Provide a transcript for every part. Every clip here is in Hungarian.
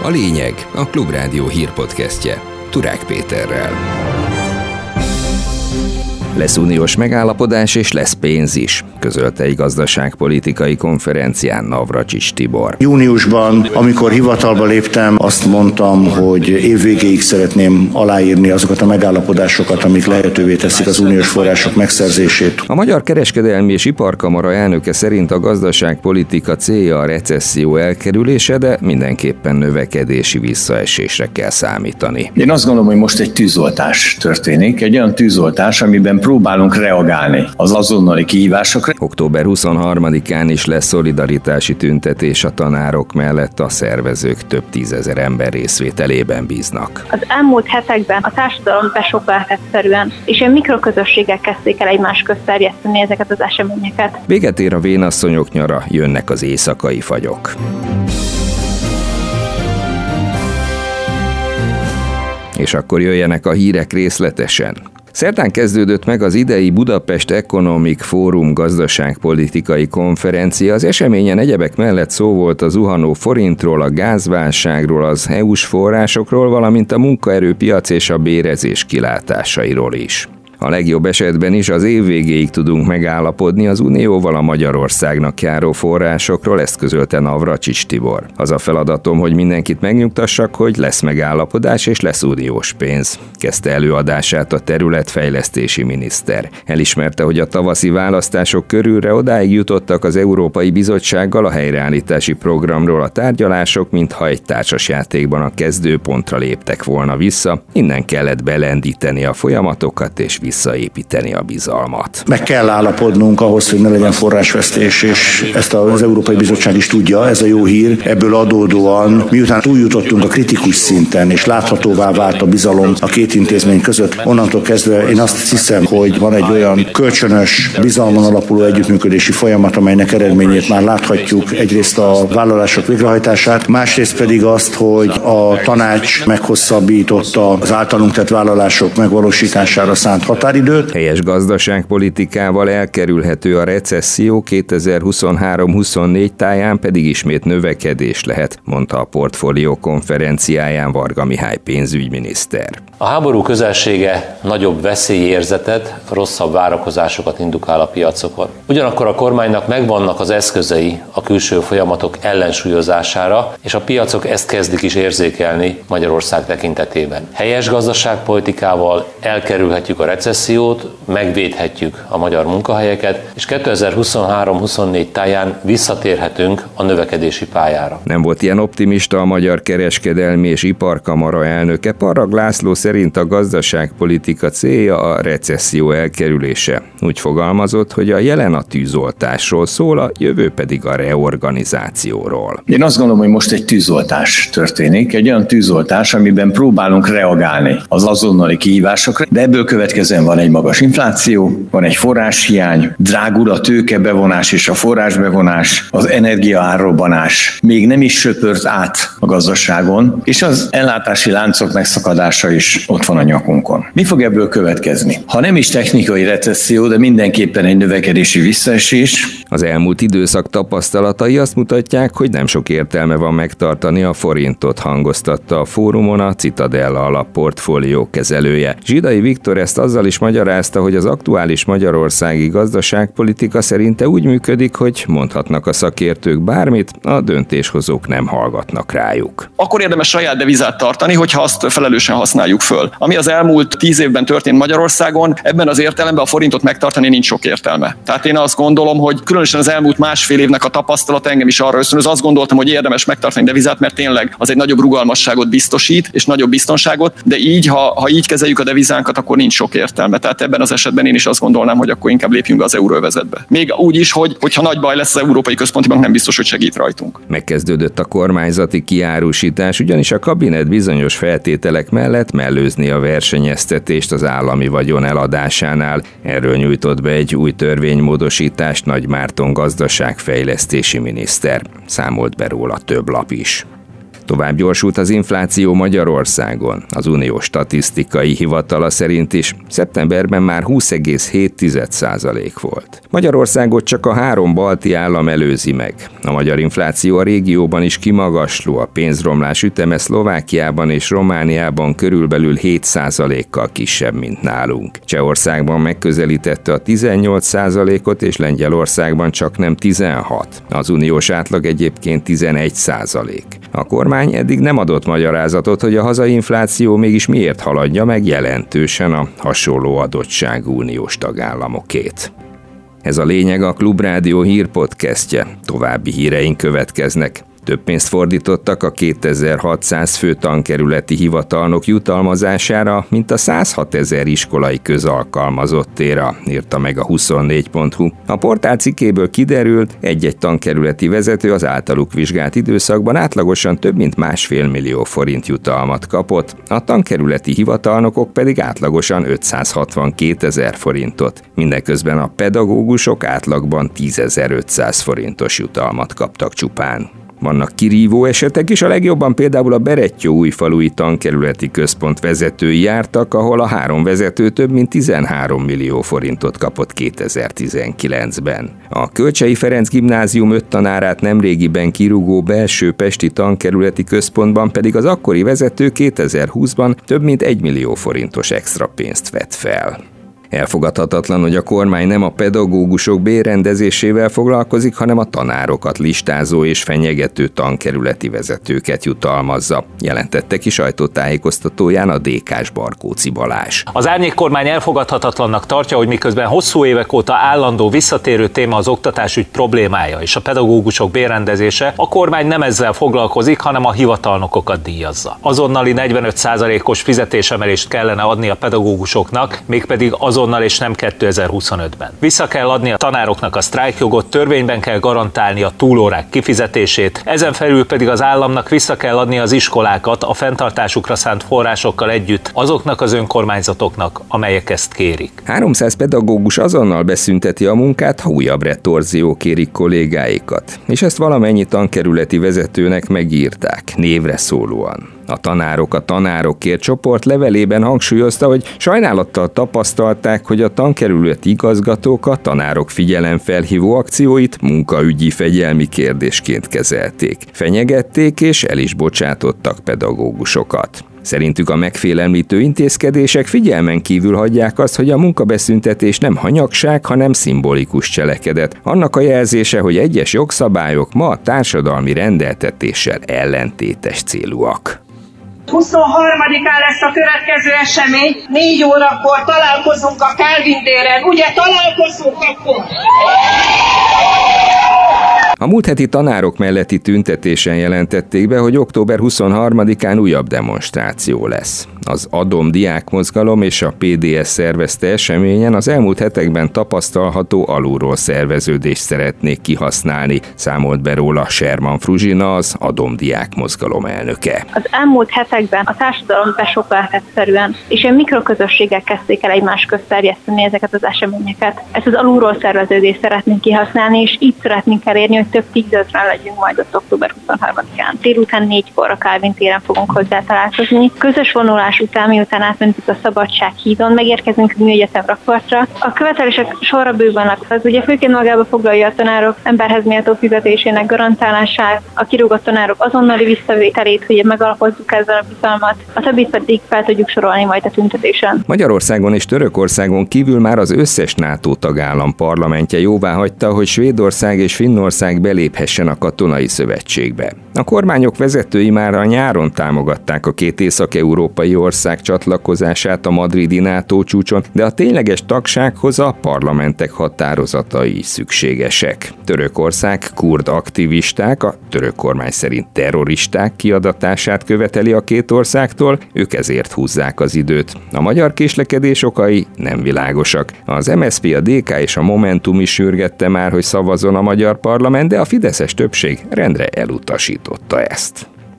A lényeg a Klubrádió hírpodcastje Turák Péterrel. Lesz uniós megállapodás és lesz pénz is, közölte egy gazdaságpolitikai konferencián Navracsics Tibor. Júniusban, amikor hivatalba léptem, azt mondtam, hogy évvégéig szeretném aláírni azokat a megállapodásokat, amik lehetővé teszik az uniós források megszerzését. A Magyar Kereskedelmi és Iparkamara elnöke szerint a gazdaságpolitika célja a recesszió elkerülése, de mindenképpen növekedési visszaesésre kell számítani. Én azt gondolom, hogy most egy tűzoltás történik, egy olyan tűzoltás, amiben próbálunk reagálni az azonnali kihívásokra. Október 23-án is lesz szolidaritási tüntetés a tanárok mellett, a szervezők több tízezer ember részvételében bíznak. Az elmúlt hetekben a társadalom besokkolt egyszerűen, és ilyen mikroközösségek kezdték el egymás közt terjeszteni ezeket az eseményeket. Véget ér a vénasszonyok nyara, jönnek az éjszakai fagyok. És akkor jöjjenek a hírek részletesen. Szerdán kezdődött meg az idei Budapest Economic Forum gazdaságpolitikai konferencia. Az eseményen egyebek mellett szó volt a zuhanó forintról, a gázválságról, az EU-s forrásokról, valamint a munkaerőpiac és a bérezés kilátásairól is. A legjobb esetben is az év végéig tudunk megállapodni az Unióval a Magyarországnak járó forrásokról, ezt közölte Navracsics Tibor. Az a feladatom, hogy mindenkit megnyugtassak, hogy lesz megállapodás és lesz uniós pénz, kezdte előadását a területfejlesztési miniszter. Elismerte, hogy a tavaszi választások körülre odáig jutottak az Európai Bizottsággal a helyreállítási programról a tárgyalások, mintha egy társasjátékban a kezdőpontra léptek volna vissza, innen kellett belendíteni a folyamatokat és visszaépíteni a bizalmat. Meg kell állapodnunk ahhoz, hogy ne legyen forrásvesztés, és ezt az Európai Bizottság is tudja, ez a jó hír. Ebből adódóan, miután túljutottunk a kritikus szinten, és láthatóvá vált a bizalom a két intézmény között, onnantól kezdve én azt hiszem, hogy van egy olyan kölcsönös, bizalmon alapuló együttműködési folyamat, amelynek eredményét már láthatjuk, egyrészt a vállalások végrehajtását, másrészt pedig azt, hogy a tanács meghosszabbította az általunk tett vállalások megvalósítására szánt határidőt. Helyes gazdaságpolitikával elkerülhető a recesszió, 2023-24 táján pedig ismét növekedés lehet, mondta a Portfólió konferenciáján Varga Mihály pénzügyminiszter. A háború közelsége nagyobb veszélyérzetet, rosszabb várakozásokat indukál a piacokon. Ugyanakkor a kormánynak megvannak az eszközei a külső folyamatok ellensúlyozására, és a piacok ezt kezdik is érzékelni Magyarország tekintetében. Helyes gazdaságpolitikával elkerülhetjük a recessziót, megvédhetjük a magyar munkahelyeket, és 2023-24 táján visszatérhetünk a növekedési pályára. Nem volt ilyen optimista a Magyar Kereskedelmi és Iparkamara elnöke. Parrag László szerint a gazdaságpolitika célja a recesszió elkerülése. Úgy fogalmazott, hogy a jelen a tűzoltásról szól, a jövő pedig a reorganizációról. Én azt gondolom, hogy most egy tűzoltás történik, egy olyan tűzoltás, amiben próbálunk reagálni az azonnali kihívásokra, de ebből következően van egy magas infláció, van egy forráshiány, drágul a tőkebevonás és a forrásbevonás, az energiaárrobbanás még nem is söpört át a gazdaságon, és az ellátási láncok megszakadása is ott van a nyakunkon. Mi fog ebből következni? Ha nem is technikai recesszió, de mindenképpen egy növekedési visszaesés. Az elmúlt időszak tapasztalatai azt mutatják, hogy nem sok értelme van megtartani a forintot, hangoztatta a fórumon a Citadella Alap portfólió kezelője. Zsidai Viktor ezt azzal is magyarázta, hogy az aktuális magyarországi gazdaságpolitika szerinte úgy működik, hogy mondhatnak a szakértők bármit, a döntéshozók nem hallgatnak rájuk. Akkor érdemes saját devizát tartani, hogyha azt felelősen használjuk föl. Ami az elmúlt 10 évben történt Magyarországon, ebben az értelemben a forintot megtartani nincs sok értelme. Tehát én azt gondolom, hogy különösen az elmúlt másfél évnek a tapasztalat engem is arra ösztönöz, azt gondoltam, hogy érdemes megtartani devizát, mert tényleg az egy nagyobb rugalmasságot biztosít, és nagyobb biztonságot, de így, ha így kezeljük a devizánkat, akkor nincs sok értelme. Tehát ebben az esetben én is azt gondolnám, hogy akkor inkább lépjünk az euróövezetbe. Még úgy is, hogyha nagy baj lesz az Európai Központi Bank, nem biztos, hogy segít rajtunk. Megkezdődött a kormányzati kiárusítás, ugyanis a kabinet bizonyos feltételek mellett mellőzni a versenyeztetést az állami vagyon eladásánál. Erről nyújtott be egy új törvénymódosítást Nagy Márton gazdaságfejlesztési miniszter. Számolt be róla több lap is. Tovább gyorsult az infláció Magyarországon. Az Uniós Statisztikai Hivatala szerint is szeptemberben már 20,7% volt. Magyarországot csak a 3 balti állam előzi meg. A magyar infláció a régióban is kimagasló, a pénzromlás üteme Szlovákiában és Romániában körülbelül 7%-kal kisebb, mint nálunk. Csehországban megközelítette a 18%-ot, és Lengyelországban csaknem 16%. Az uniós átlag egyébként 11%. A kormány eddig nem adott magyarázatot, hogy a hazai infláció mégis miért haladja meg jelentősen a hasonló adottságú uniós tagállamokét. Ez a lényeg a Klubrádió hírpodcastje. További híreink következnek. Több pénzt fordítottak a 2600 fő tankerületi hivatalnok jutalmazására, mint a 106 000 iskolai közalkalmazottéra, írta meg a 24.hu. A portál cikkéből kiderült, egy-egy tankerületi vezető az általuk vizsgált időszakban átlagosan több mint 1,5 millió forint jutalmat kapott, a tankerületi hivatalnokok pedig átlagosan 562 000 forintot. Mindeközben a pedagógusok átlagban 10.500 forintos jutalmat kaptak csupán. Vannak kirívó esetek is, a legjobban például a Berettyóújfalui tankerületi központ vezetői jártak, ahol a 3 vezető több mint 13 millió forintot kapott 2019-ben. A Kölcsey Ferenc Gimnázium 5 tanárát nemrégiben kirúgó belső pesti tankerületi központban pedig az akkori vezető 2020-ban több mint 1 millió forintos extra pénzt vett fel. Elfogadhatatlan, hogy a kormány nem a pedagógusok bérrendezésével foglalkozik, hanem a tanárokat listázó és fenyegető tankerületi vezetőket jutalmazza, jelentette ki sajtótájékoztatóján a DK-s Barkóczy Balázs. Az árnyékkormány elfogadhatatlannak tartja, hogy miközben hosszú évek óta állandó visszatérő téma az oktatásügy problémája és a pedagógusok bérrendezése, a kormány nem ezzel foglalkozik, hanem a hivatalnokokat díjazza. Azonnali 45%-os fizetésemelést kellene adni a pedagógusoknak, mégpedig azonnal és nem 2025-ben. Vissza kell adni a tanároknak a sztrájkjogot, törvényben kell garantálni a túlórák kifizetését, ezen felül pedig az államnak vissza kell adni az iskolákat a fenntartásukra szánt forrásokkal együtt azoknak az önkormányzatoknak, amelyek ezt kérik. 300 pedagógus azonnal beszünteti a munkát, ha újabb retorzió kérik kollégáikat, és ezt valamennyi tankerületi vezetőnek megírták, névre szólóan. A Tanárok a Tanárokért csoport levelében hangsúlyozta, hogy sajnálattal tapasztalták, hogy a tankerületi igazgatók a tanárok figyelemfelhívó akcióit munkaügyi fegyelmi kérdésként kezelték. Fenyegették és el is bocsátottak pedagógusokat. Szerintük a megfélemlítő intézkedések figyelmen kívül hagyják azt, hogy a munkabeszüntetés nem hanyagság, hanem szimbolikus cselekedet. Annak a jelzése, hogy egyes jogszabályok ma a társadalmi rendeltetéssel ellentétes célúak. 23-án lesz a következő esemény, 4 órakor találkozunk a Kálvin téren. Ugye találkozunk akkor? A múlt heti tanárok melletti tüntetésen jelentették be, hogy október 23-án újabb demonstráció lesz. Az ADOM diákmozgalom és a PDS szervezte eseményen az elmúlt hetekben tapasztalható alulról szerveződést szeretnék kihasználni, számolt be róla Sherman Fruzsina, az ADOM diákmozgalom elnöke. Az elmúlt hetekben a társadalom besokkoltszerűen és ilyen mikroközösségek kezdték el egymás közt terjeszteni ezeket az eseményeket. Ezt az alulról szerveződést szeretnénk kihasználni, és így szeretnénk elérni, hogy több tízezren legyünk majd ott október 23-án. Délután 4-kor a Kálvin téren fogunk hozzá találkozni. Közös vonulás után, miután átmentük a Szabadság hídon, megérkezünk a Műegyetem rakpartra. A követelések sorra bővülnek. Az ugye főként magába foglalja a tanárok emberhez méltó fizetésének garantálását, a kirúgott tanárok azonnali visszavételét, hogy megalapozzuk ezzel a bizalmat, a többit pedig fel tudjuk sorolni majd a tüntetésen. Magyarországon és Törökországon kívül már az összes NATO tagállam parlamentje jóváhagyta, hogy Svédország és Finnország beléphessen a katonai szövetségbe. A kormányok vezetői már a nyáron támogatták a 2 észak-európai ország csatlakozását a madridi NATO csúcson, de a tényleges tagsághoz a parlamentek határozatai szükségesek. Törökország kurd aktivisták, a török kormány szerint terroristák kiadatását követeli a 2 országtól, ők ezért húzzák az időt. A magyar késlekedés okai nem világosak. Az MSZP, a DK és a Momentum is sürgette már, hogy szavazzon a magyar parlament, de a fideszes többség rendre elutasította ezt.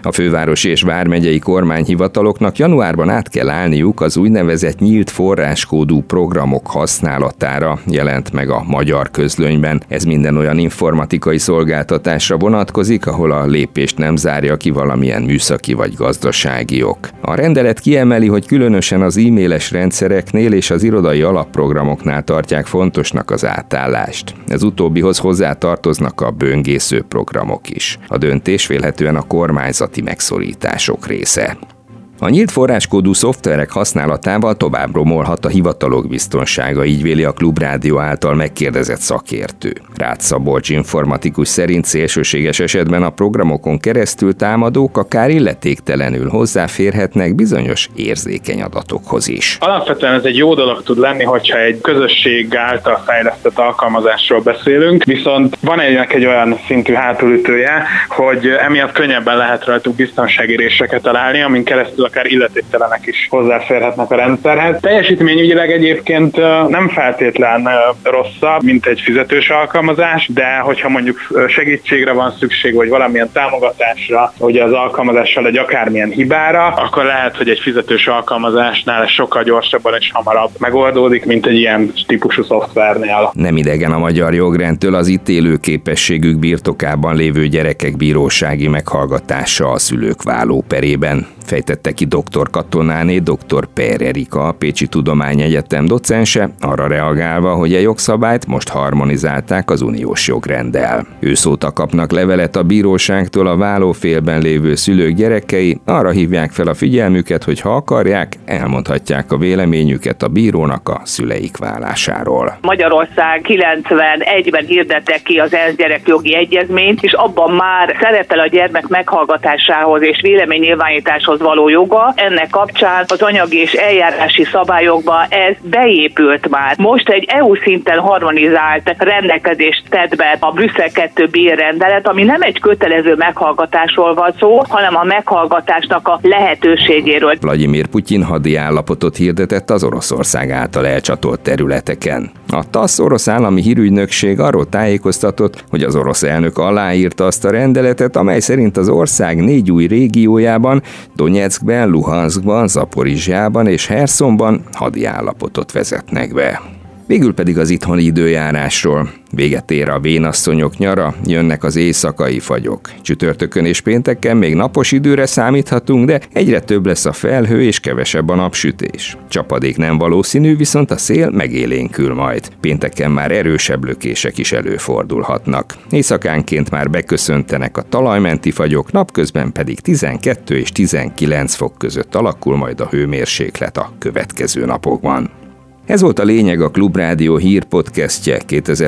A fővárosi és vármegyei kormányhivataloknak januárban át kell állniuk az úgynevezett nyílt forráskódú programok használatára, jelent meg a Magyar Közlönyben. Ez minden olyan informatikai szolgáltatásra vonatkozik, ahol a lépést nem zárja ki valamilyen műszaki vagy gazdasági ok. A rendelet kiemeli, hogy különösen az e-mailes rendszereknél és az irodai alapprogramoknál tartják fontosnak az átállást. Ez utóbbihoz hozzátartoznak a böngésző programok is. A döntés vélhetően a kormányzati megszorítások része. A nyílt forráskódú szoftverek használatával tovább romolhat a hivatalok biztonsága, így véli a Klubrádió által megkérdezett szakértő. Rácz Szabolcs informatikus szerint szélsőséges esetben a programokon keresztül támadók akár illetéktelenül hozzáférhetnek bizonyos érzékeny adatokhoz is. Alapvetően ez egy jó dolog tud lenni, hogyha egy közösség által fejlesztett alkalmazásról beszélünk, viszont van egy olyan szintű hátulütője, hogy emiatt könnyebben lehet rajtuk biztonsági réseket találni, amin keresztül akár illetéktelenek is hozzáférhetnek a rendszerhez. Teljesítményügyileg egyébként nem feltétlen rosszabb, mint egy fizetős alkalmazás, de hogyha mondjuk segítségre van szükség, vagy valamilyen támogatásra, ugye az alkalmazással egy akármilyen hibára, akkor lehet, hogy egy fizetős alkalmazásnál ez sokkal gyorsabban és hamarabb megoldódik, mint egy ilyen típusú szoftvernél. Nem idegen a magyar jogrendtől az ítélőképességük birtokában lévő gyerekek bírósági meghallgatása a szülők vállóperében. Fejtette ki dr. Katonáné, dr. Per Erika, a Pécsi Tudományegyetem docense, arra reagálva, hogy a jogszabályt most harmonizálták az uniós jogrenddel. Őszóta kapnak levelet a bíróságtól a vállófélben lévő szülők gyerekei, arra hívják fel a figyelmüket, hogy ha akarják, elmondhatják a véleményüket a bírónak a szüleik válásáról. Magyarország 91-ben hirdette ki az ENSZ gyerekjogi egyezményt, és abban már szerepel a gyermek meghallgatásához és véleménynyilvánításhoz való joga. Ennek kapcsán az anyagi és eljárási szabályokba ez beépült már. Most egy EU szinten harmonizált rendelkezést tett be a Brüsszel 2B rendelet, ami nem egy kötelező meghallgatásról van szó, hanem a meghallgatásnak a lehetőségéről. Vladimir Putyin hadi állapotot hirdetett az Oroszország által elcsatolt területeken. A TASZ orosz állami hírügynökség arról tájékoztatott, hogy az orosz elnök aláírta azt a rendeletet, amely szerint az ország 4 új régiójában, Donyeckben, Luhanskban, Zaporizsjában és Herszonban hadi állapotot vezetnek be. Végül pedig az itthoni időjárásról. Véget ér a vénasszonyok nyara, jönnek az éjszakai fagyok. Csütörtökön és pénteken még napos időre számíthatunk, de egyre több lesz a felhő és kevesebb a napsütés. Csapadék nem valószínű, viszont a szél megélénkül majd. Pénteken már erősebb lökések is előfordulhatnak. Éjszakánként már beköszöntenek a talajmenti fagyok, napközben pedig 12 és 19 fok között alakul majd a hőmérséklet a következő napokban. Ez volt a lényeg a Klubrádió hírpodcastje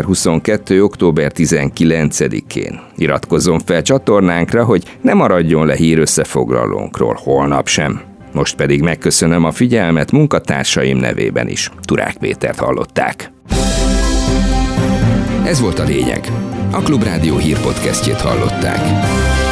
2022. október 19-én. Iratkozzon fel csatornánkra, hogy ne maradjon le hír összefoglalónkról holnap sem. Most pedig megköszönöm a figyelmet munkatársaim nevében is. Turák Pétert hallották. Ez volt a lényeg. A Klubrádió hírpodcastjét hallották.